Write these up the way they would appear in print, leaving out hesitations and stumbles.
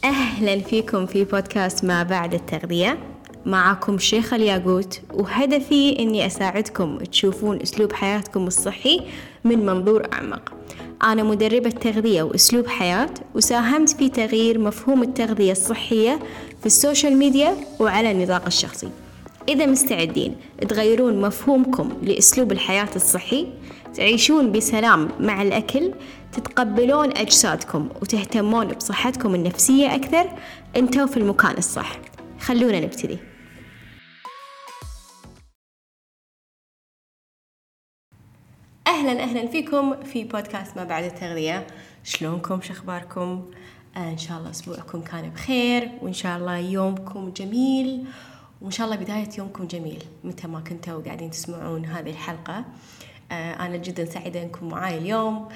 أهلا فيكم في بودكاست ما بعد التغذية. معكم شيخة الياقوت، وهدفي أني أساعدكم تشوفون أسلوب حياتكم الصحي من منظور أعمق. أنا مدربة تغذية وأسلوب حياة، وساهمت في تغيير مفهوم التغذية الصحية في السوشيال ميديا وعلى النطاق الشخصي. إذا مستعدين تغيرون مفهومكم لأسلوب الحياة الصحي، تعيشون بسلام مع الأكل، تتقبلون أجسادكم وتهتمون بصحتكم النفسية أكثر، أنتوا في المكان الصح. خلونا نبتدي. أهلا فيكم في بودكاست ما بعد التغذية. شلونكم؟ شخباركم؟ إن شاء الله أسبوعكم كان بخير، وإن شاء الله يومكم جميل، وإن شاء الله بداية يومكم جميل متى ما كنتوا قاعدين تسمعون هذه الحلقة. أنا جدا سعيدة أنكم معاي اليوم.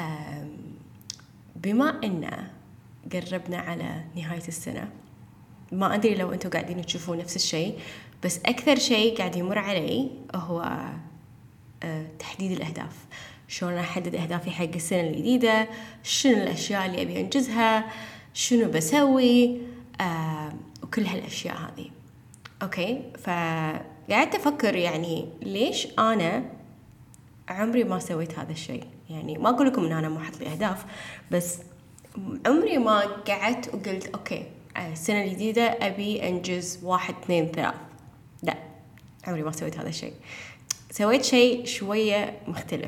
بما أن قربنا على نهاية السنة، ما أدري لو أنتوا قاعدين تشوفون نفس الشيء، بس أكثر شيء قاعد يمر علي هو تحديد الأهداف. شلون أحدد أهدافي حق السنة الجديدة، شنو الأشياء اللي أبي أنجزها، شنو بسوي، وكل هالأشياء هذه. أوكي، فقعدت أفكر يعني ليش أنا عمري ما سويت هذا الشيء. يعني ما أقول لكم إن أنا ما أحط لي أهداف، بس عمري ما قعدت وقلت أوكي السنة الجديدة أبي أنجز 1 2 3. لا، عمري ما سويت هذا الشيء. سويت شيء شوية مختلف،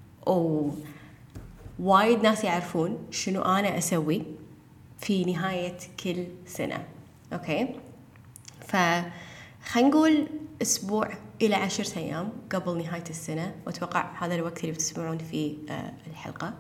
وايد ناس يعرفون شنو أنا أسوي في نهاية كل سنة. أوكي، فخلينا نقول أسبوع إلى 10 أيام قبل نهاية السنة، وأتوقع هذا الوقت اللي بتسمعون فيه الحلقة.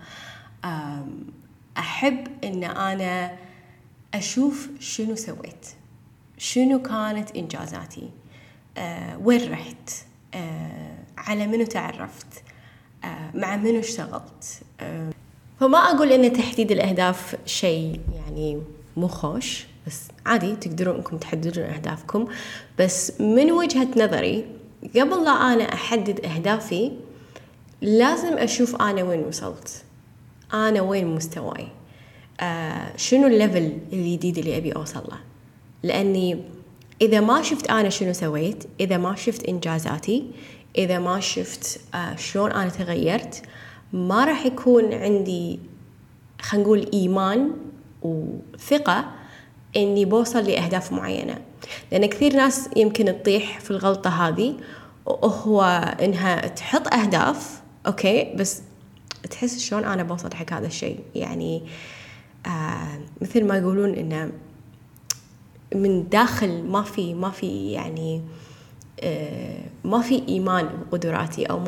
أحب إن أنا أشوف شنو سويت، شنو كانت إنجازاتي، وين رحت، على منو تعرفت، مع منو اشتغلت. فما أقول إن تحديد الأهداف شيء يعني مو خوش، بس عادي تقدرون إنكم تحددون أهدافكم. بس من وجهة نظري، قبل لا أنا أحدد أهدافي لازم أشوف أنا وين وصلت، أنا وين مستواي، شنو الليفل الجديد اللي أبي أوصل له. لأني إذا ما شفت أنا شنو سويت، إذا ما شفت إنجازاتي، إذا ما شفت شلون أنا تغيرت، ما راح يكون عندي خلينا نقول إيمان وثقة إني بوصل لأهداف معينة. لأن كثير ناس يمكن تطيح في الغلطة هذه، وهو إنها تحط أهداف أوكي، بس تحس شلون أنا بوصل حق هذا الشيء. يعني مثل ما يقولون إنه من داخل ما في يعني ما في إيمان بقدراتي، أو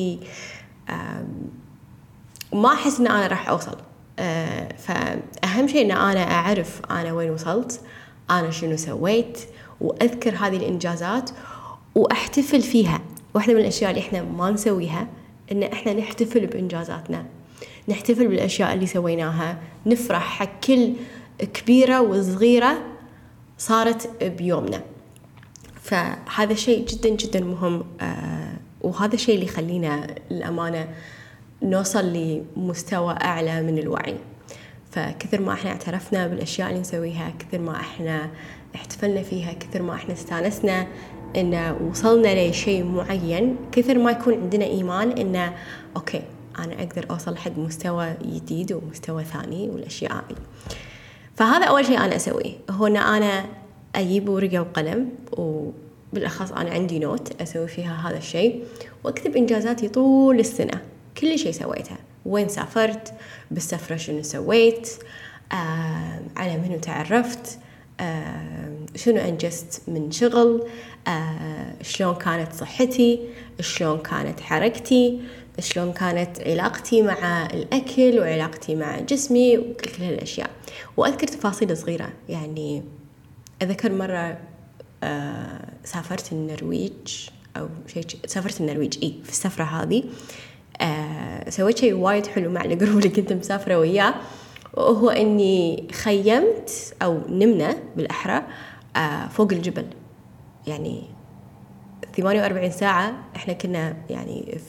ما أحس إن أنا راح أوصل. فأهم شيء إن أنا أعرف أنا وين وصلت، أنا شنو سويت، وأذكر هذه الإنجازات وأحتفل فيها. واحدة من الأشياء اللي إحنا ما نسويها إن إحنا نحتفل بإنجازاتنا، نحتفل بالأشياء اللي سويناها، نفرح حق كل كبيرة وصغيرة صارت بيومنا. فهذا شيء جدا جدا مهم، وهذا الشيء اللي يخلينا الأمانة نوصل لمستوى أعلى من الوعي. فكثر ما احنا اعترفنا بالأشياء اللي نسويها، كثر ما احنا احتفلنا فيها، كثر ما احنا استانسنا إن وصلنا لشيء معين، كثر ما يكون عندنا إيمان إن أوكي أنا أقدر أوصل حق مستوى جديد ومستوى ثاني والأشياء هذه. فهذا أول شيء أنا أسويه، هو أن أنا أجيب ورقة وقلم، وبالأخص أنا عندي نوت أسوي فيها هذا الشيء، وأكتب إنجازاتي طول السنة، كل شيء سويتها، وين سافرت، بالسفرة شنو سويت، على منو تعرفت، شنو أنجزت من شغل، شلون كانت صحتي، شلون كانت حركتي، شلون كانت علاقتي مع الأكل وعلاقتي مع جسمي، وكل هالأشياء. وأذكر تفاصيل صغيرة. يعني أذكر مرة سافرت النرويج أو شيء، سافرت النرويج في السفرة هذه سويت شيء وايد حلو مع الجروب اللي كنت مسافرة وياه، وهو إني خيمت أو نمنا بالأحرى فوق الجبل. يعني 48 ساعة إحنا كنا يعني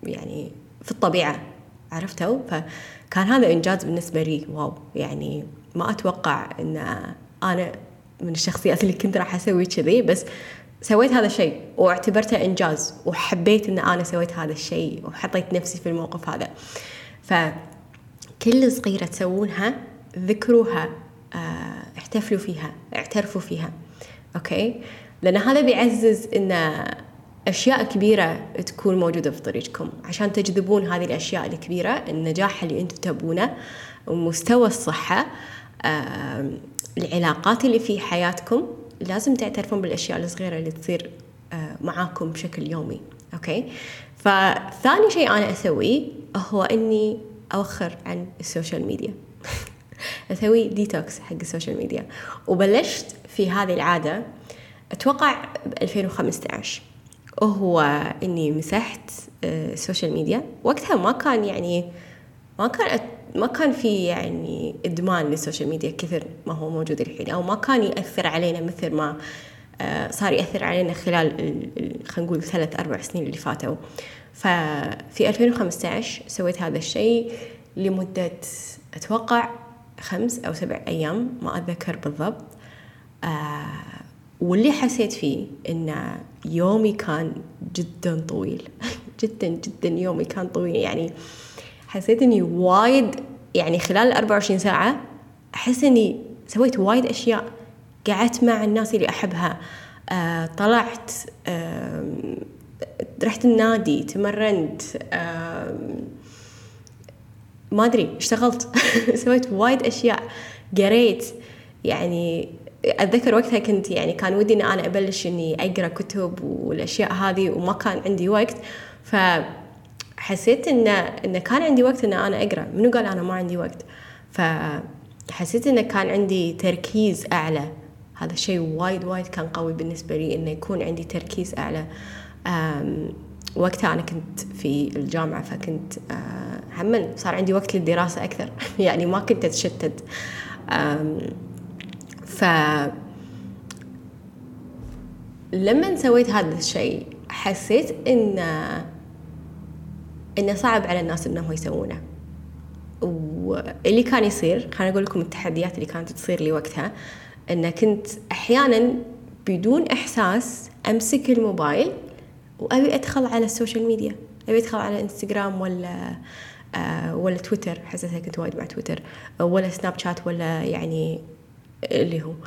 في الطبيعة، عرفتوا؟ فكان هذا إنجاز بالنسبة لي، واو. يعني ما أتوقع أن أنا من الشخصيات اللي كنت راح أسوي كذي، بس سويت هذا الشيء واعتبرته إنجاز، وحبيت أن أنا سويت هذا الشيء وحطيت نفسي في الموقف هذا. فكل صغيرة تسوونها ذكروها، احتفلوا فيها، اعترفوا فيها، أوكي؟ لأن هذا بيعزز أن أشياء كبيرة تكون موجودة في طريقكم، عشان تجذبون هذه الأشياء الكبيرة، النجاح اللي أنتم تبونه، ومستوى الصحة، العلاقات اللي في حياتكم. لازم تعترفون بالأشياء الصغيرة اللي تصير معاكم بشكل يومي، أوكي؟ فثاني شيء أنا أسويه هو أني أوخر عن السوشيال ميديا. أسوي ديتوكس حق السوشيال ميديا، وبلشت في هذه العادة أتوقع ب2015، وهو إني مسحت السوشيال ميديا. وقتها ما كان في يعني إدمان للسوشيال ميديا كثر ما هو موجود الحين، أو ما كان يأثر علينا مثل ما صار يأثر علينا خلال خلينا نقول 3-4 سنين اللي فاتوا. ففي 2015 سويت هذا الشيء لمدة أتوقع 5 أو 7 أيام، ما أتذكر بالضبط. واللي حسيت فيه إن يومي كان جدا طويل. جدا جدا يومي كان طويل، يعني حسيت إني وايد، يعني خلال 24 ساعة أحس إني سويت وايد أشياء. قعدت مع الناس اللي أحبها، طلعت، رحت النادي، تمرنت، ما أدري، اشتغلت. سويت وايد أشياء، قريت. يعني أتذكر وقتها كنت يعني كان ودي إن أنا أبلش إني أقرأ كتب والأشياء هذه، وما كان عندي وقت. فحسيت إن كان عندي وقت إن أنا أقرأ. منو قال أنا ما عندي وقت؟ فحسيت إن كان عندي تركيز أعلى. هذا الشيء وايد كان قوي بالنسبة لي، إنه يكون عندي تركيز أعلى. وقتها أنا كنت في الجامعة، فكنت هم صار عندي وقت للدراسة أكثر. يعني ما كنت أتشتت. لما سويت هذا الشيء حسيت إنه صعب على الناس إنهم يسوونه. واللي كان يصير، خليني أقول لكم التحديات اللي كانت تصير لي وقتها، إن كنت أحياناً بدون إحساس أمسك الموبايل وأبي أدخل على السوشيال ميديا، أبي أدخل على إنستغرام ولا تويتر. حسيتها كنت وايد مع تويتر، ولا سناب شات، ولا يعني اللي هو.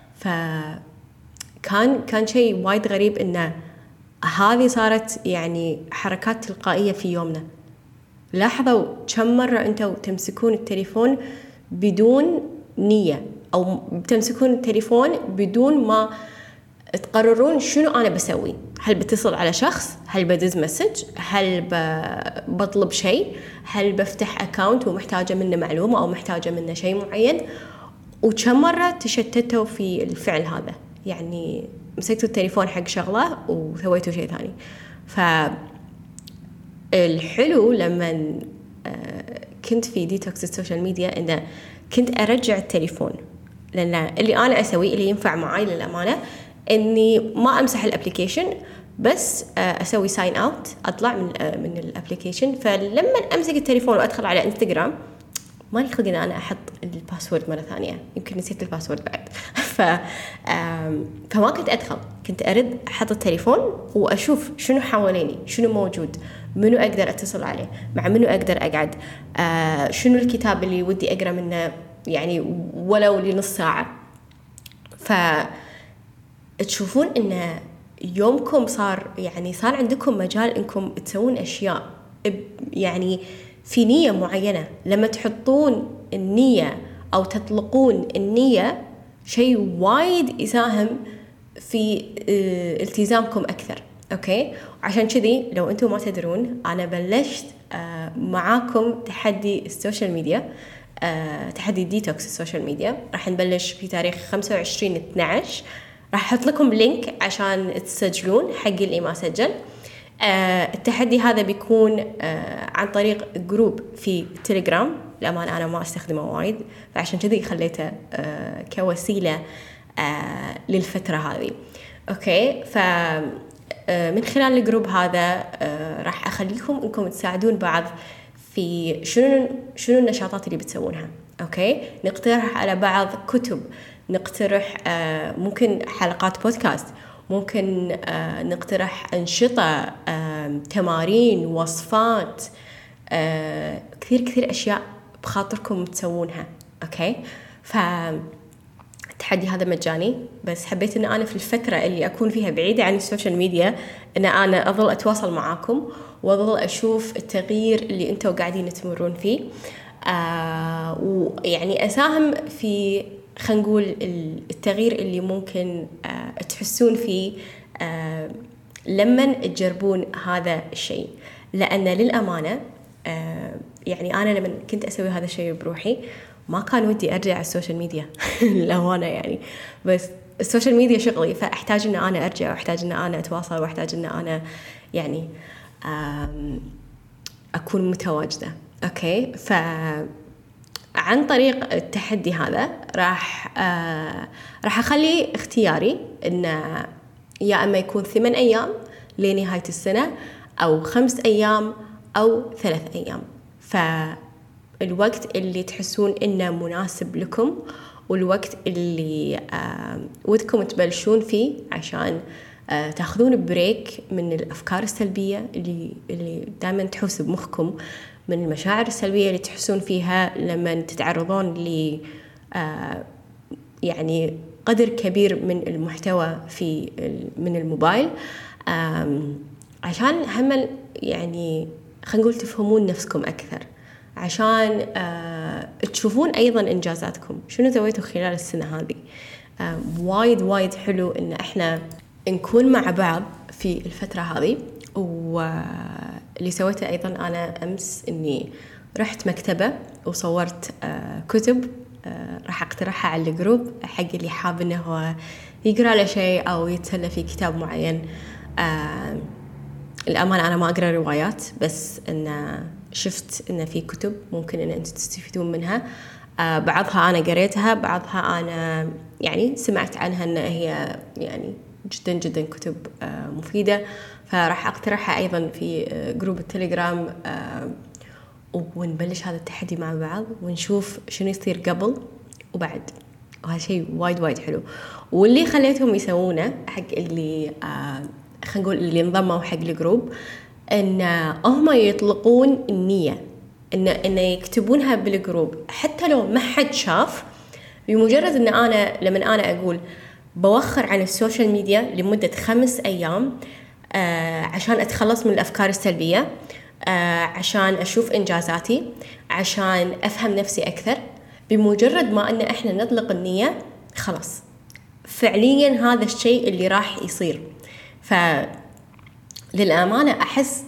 كان شيء وايد غريب إنه هذه صارت يعني حركات تلقائية في يومنا. لاحظوا كم مرة أنتوا تمسكون التليفون بدون نية، أو تمسكون التليفون بدون ما تقررون شنو أنا بسوي. هل بتصل على شخص؟ هل بدز مسج؟ هل بطلب شيء؟ هل بفتح أكاونت ومحتاجة منه معلومة أو محتاجة منه شيء معين؟ وكم مرة تشتتوا في الفعل هذا، يعني مسكتوا التليفون حق شغلة وسويتوا شيء ثاني. فالحلو لما كنت في ديتوكس السوشيال ميديا إنه كنت أرجع التليفون، لأن اللي أنا أسويه اللي ينفع معاي للأمانة إني ما أمسح الابليكيشن، بس أسوي ساين أوت، أطلع من الابليكيشن. فلما أمسك التليفون وأدخل على إنستغرام ما لي خلق إن أنا أحط الباسورد مرة ثانية، يمكن نسيت الباسورد بعد. فما كنت أدخل، كنت أرد أحط التليفون وأشوف شنو حواليني، شنو موجود، منو أقدر أتصل عليه، مع منو أقدر أقعد، شنو الكتاب اللي ودي أقرأ منه، يعني ولو لنص ساعة. فتشوفون إن يومكم صار عندكم مجال إنكم تسوون أشياء يعني في نية معينة. لما تحطون النية أو تطلقون النية، شيء وايد يساهم في التزامكم أكثر. أوكي، عشان كذي لو أنتم ما تدرون، أنا بلشت معاكم تحدي السوشيال ميديا، تحدي ديتوكس السوشيال ميديا. راح نبلش في تاريخ 25/12. راح أحط لكم لينك عشان تسجلون حق اللي ما سجل. التحدي هذا بيكون عن طريق جروب في تيليجرام. للأمانة أنا ما أستخدمه وايد، فعشان كذي خليته كوسيلة للفترة هذه. أوكي، فمن خلال الجروب هذا راح أخليكم إنكم تساعدون بعض في شنو النشاطات اللي بتسوونها. أوكي، نقترح على بعض كتب، نقترح ممكن حلقات بودكاست، ممكن نقترح أنشطة، تمارين، وصفات، كثير أشياء بخاطركم تسوونها. أوكي، التحدي هذا مجاني، بس حبيت أن أنا في الفترة اللي أكون فيها بعيدة عن السوشيال ميديا أن أنا أظل أتواصل معاكم وأظل أشوف التغيير اللي أنتوا قاعدين تمرون فيه، ويعني أساهم في، خلينا نقول، التغيير اللي ممكن تحسون فيه لما تجربون هذا الشيء. لأن للأمانة يعني أنا لما كنت أسوي هذا الشيء بروحي ما كان ودي أرجع على السوشيال ميديا للأمانة يعني، بس السوشيال ميديا شغلي، فأحتاج أن أنا أرجع، وأحتاج أن أنا أتواصل، وأحتاج أن أنا يعني أكون متواجدة. أوكي، عن طريق التحدي هذا راح أخلي اختياري إن يا أما يكون 8 أيام لنهاية السنة، أو 5 أيام، أو 3 أيام. فالوقت اللي تحسون إنه مناسب لكم، والوقت اللي ودكم تبلشون فيه عشان تاخذون بريك من الأفكار السلبية اللي دائما تحوس بمخكم، من المشاعر السلبية اللي تحسون فيها لما تتعرضون ل يعني قدر كبير من المحتوى من الموبايل، عشان هم يعني خلينا نقول تفهمون نفسكم أكثر، عشان تشوفون أيضا إنجازاتكم، شنو سويتوا خلال السنة هذه. وايد حلو إن إحنا نكون مع بعض في الفترة هذه. واللي سويته أيضا أنا أمس إني رحت مكتبة وصورت كتب، راح أقترحها على الجروب حق اللي حاب إنه هو يقرأ له شيء أو يتسلى في كتاب معين. الأمانة أنا ما أقرأ روايات، بس إن شفت إن في كتب ممكن إن أنتم تستفيدون منها. بعضها أنا قريتها، بعضها أنا يعني سمعت عنها إن هي يعني جدا كتب مفيدة، فراح أقترحها أيضا في جروب التليجرام، ونبلش هذا التحدي مع بعض ونشوف شنو يصير قبل وبعد. وهذا شيء وايد حلو. واللي خليتهم يسوونه حق اللي خلينا نقول اللي انضموا حق الجروب، ان هم يطلقون النية ان يكتبونها بالجروب، حتى لو ما حد شاف، بمجرد ان انا لما انا اقول بوخر عن السوشيال ميديا لمدة 5 أيام عشان أتخلص من الأفكار السلبية، عشان أشوف إنجازاتي، عشان أفهم نفسي أكثر. بمجرد ما أن إحنا نطلق النية خلاص فعليا هذا الشيء اللي راح يصير. فللأمانة أحس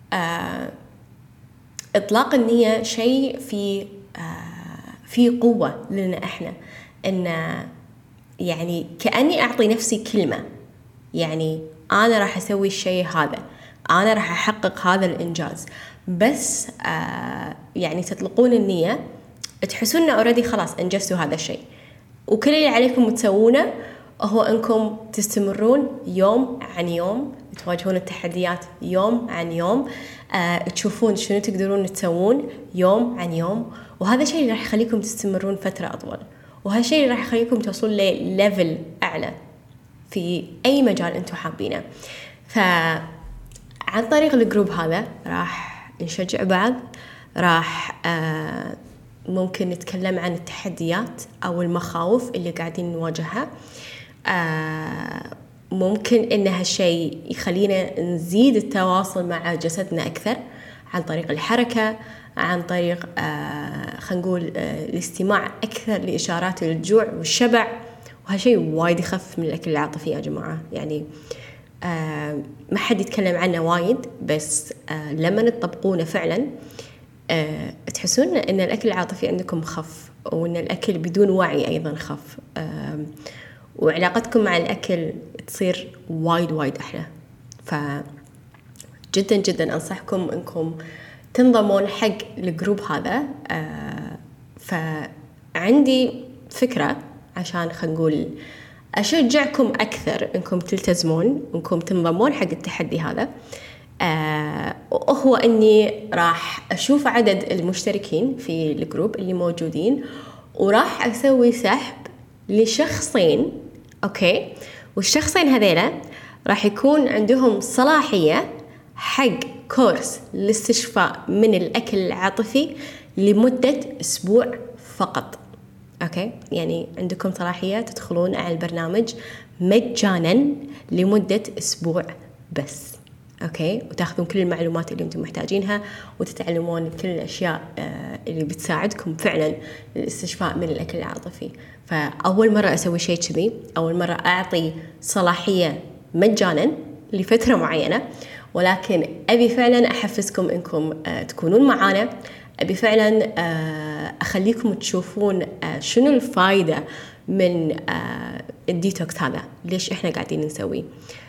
إطلاق النية شيء في قوة لنا إحنا، إن يعني كأني أعطي نفسي كلمة، يعني أنا راح أسوي الشيء هذا، أنا راح أحقق هذا الإنجاز. بس يعني تطلقون النية، تحسون إنه أوريدي خلاص أنجزتوا هذا الشيء، وكل اللي عليكم تسوونه هو أنكم تستمرون يوم عن يوم، تواجهون التحديات يوم عن يوم، تشوفون شنو تقدرون تسوون يوم عن يوم. وهذا الشيء اللي راح يخليكم تستمرون فترة أطول، وهالشيء اللي راح يخليكم توصلون لليفل أعلى في أي مجال أنتم حابينه. فعن طريق الجروب هذا راح نشجع بعض، راح ممكن نتكلم عن التحديات أو المخاوف اللي قاعدين نواجهها. ممكن إن هالشيء يخلينا نزيد التواصل مع جسدنا أكثر عن طريق الحركة، عن طريق خلينا نقول الاستماع أكثر لإشارات الجوع والشبع. وهالشيء وايد يخفف من الأكل العاطفي يا جماعة، يعني ما حد يتكلم عنه وايد، بس لما نطبقونه فعلا تحسون إن الأكل العاطفي عندكم خف، وإن الأكل بدون وعي أيضا خف، وعلاقتكم مع الأكل تصير وايد أحلى. فجدا أنصحكم إنكم تنضمون حق الجروب هذا. فعندي فكرة عشان خلينا نقول أشجعكم أكثر إنكم تلتزمون، إنكم تنضمون حق التحدي هذا. وهو أني راح أشوف عدد المشتركين في الجروب اللي موجودين، وراح أسوي سحب لشخصين، أوكي، والشخصين هذيلا راح يكون عندهم صلاحية حق كورس الاستشفاء من الأكل العاطفي لمدة أسبوع فقط. أوكي، يعني عندكم صلاحية تدخلون على البرنامج مجانا لمدة أسبوع بس. أوكي، وتاخذون كل المعلومات اللي أنتم محتاجينها، وتتعلمون كل الأشياء اللي بتساعدكم فعلا للاستشفاء من الأكل العاطفي. فأول مرة أسوي شيء كذي، أول مرة أعطي صلاحية مجانا لفترة معينة، ولكن أبي فعلا أحفزكم إنكم تكونون معانا. أبي فعلا أخليكم تشوفون شنو الفائدة من الديتوكس هذا، ليش إحنا قاعدين نسويه.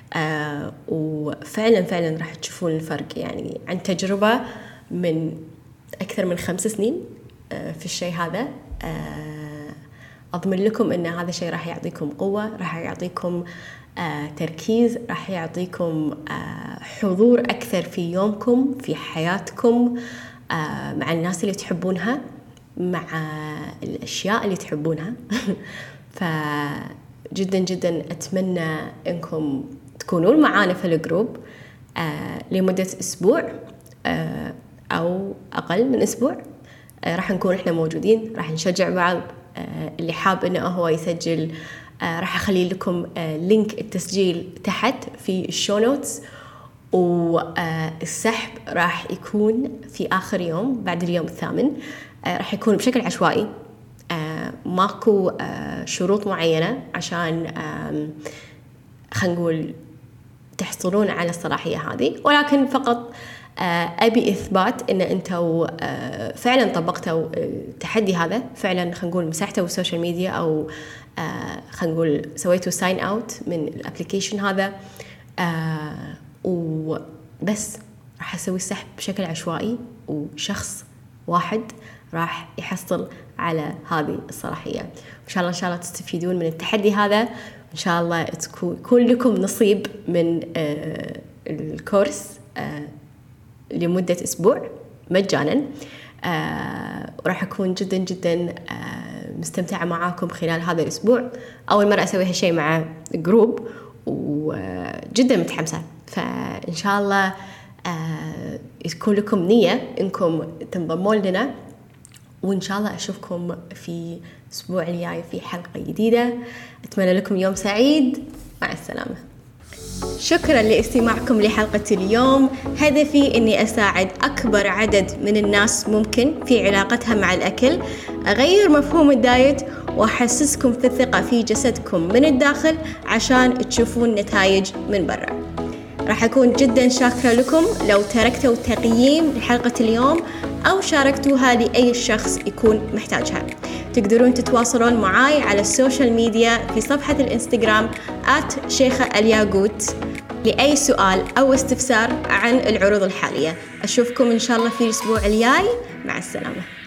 وفعلا فعلا راح تشوفون الفرق، يعني عن تجربة من أكثر من 5 سنين في الشيء هذا. أضمن لكم أن هذا الشيء راح يعطيكم قوة، راح يعطيكم تركيز، راح يعطيكم حضور أكثر في يومكم، في حياتكم، مع الناس اللي تحبونها، مع الأشياء اللي تحبونها. فجدا جدا أتمنى أنكم تكونون معانا في الجروب لمدة أسبوع أو أقل من أسبوع. راح نكون إحنا موجودين، راح نشجع بعض. اللي حاب إنه هو يسجل راح أخلي لكم لينك التسجيل تحت في الشو نوتس، والسحب راح يكون في آخر يوم بعد اليوم 8. راح يكون بشكل عشوائي، ماكو شروط معينة عشان خلينا نقول تحصلون على الصلاحية هذه، ولكن فقط أبي إثبات إن أنتوا فعلا طبقتوا التحدي هذا، فعلا خلينا نقول مسحتوا السوشيال ميديا، أو خلينا نقول سويتوا ساين أوت من الابليكيشن هذا. وبس راح أسوي السحب بشكل عشوائي، وشخص واحد راح يحصل على هذه الصلاحية. إن شاء الله تستفيدون من التحدي هذا، إن شاء الله يكون لكم نصيب من الكورس لمدة أسبوع مجانا. وراح أكون جدا جدا مستمتعة معاكم خلال هذا الأسبوع. أول مرة أسوي هالشيء مع جروب، وجدا متحمسة. فإن شاء الله يكون لكم نية إنكم تنضمون لنا، وإن شاء الله أشوفكم في الأسبوع الجاي في حلقة جديدة. أتمنى لكم يوم سعيد، مع السلامة. شكرا لاستماعكم لحلقة اليوم. هدفي أني أساعد أكبر عدد من الناس ممكن في علاقتها مع الأكل، أغير مفهوم الدايت، وأحسسكم في الثقة في جسدكم من الداخل عشان تشوفون نتائج من برا. راح أكون جدا شاكرة لكم لو تركتوا تقييم لحلقة اليوم، أو شاركتوها لأي شخص يكون محتاجها. تقدرون تتواصلون معاي على السوشيال ميديا في صفحة الإنستغرام @شيخة_الياقوت لأي سؤال أو استفسار عن العروض الحالية. أشوفكم إن شاء الله في الأسبوع الجاي، مع السلامة.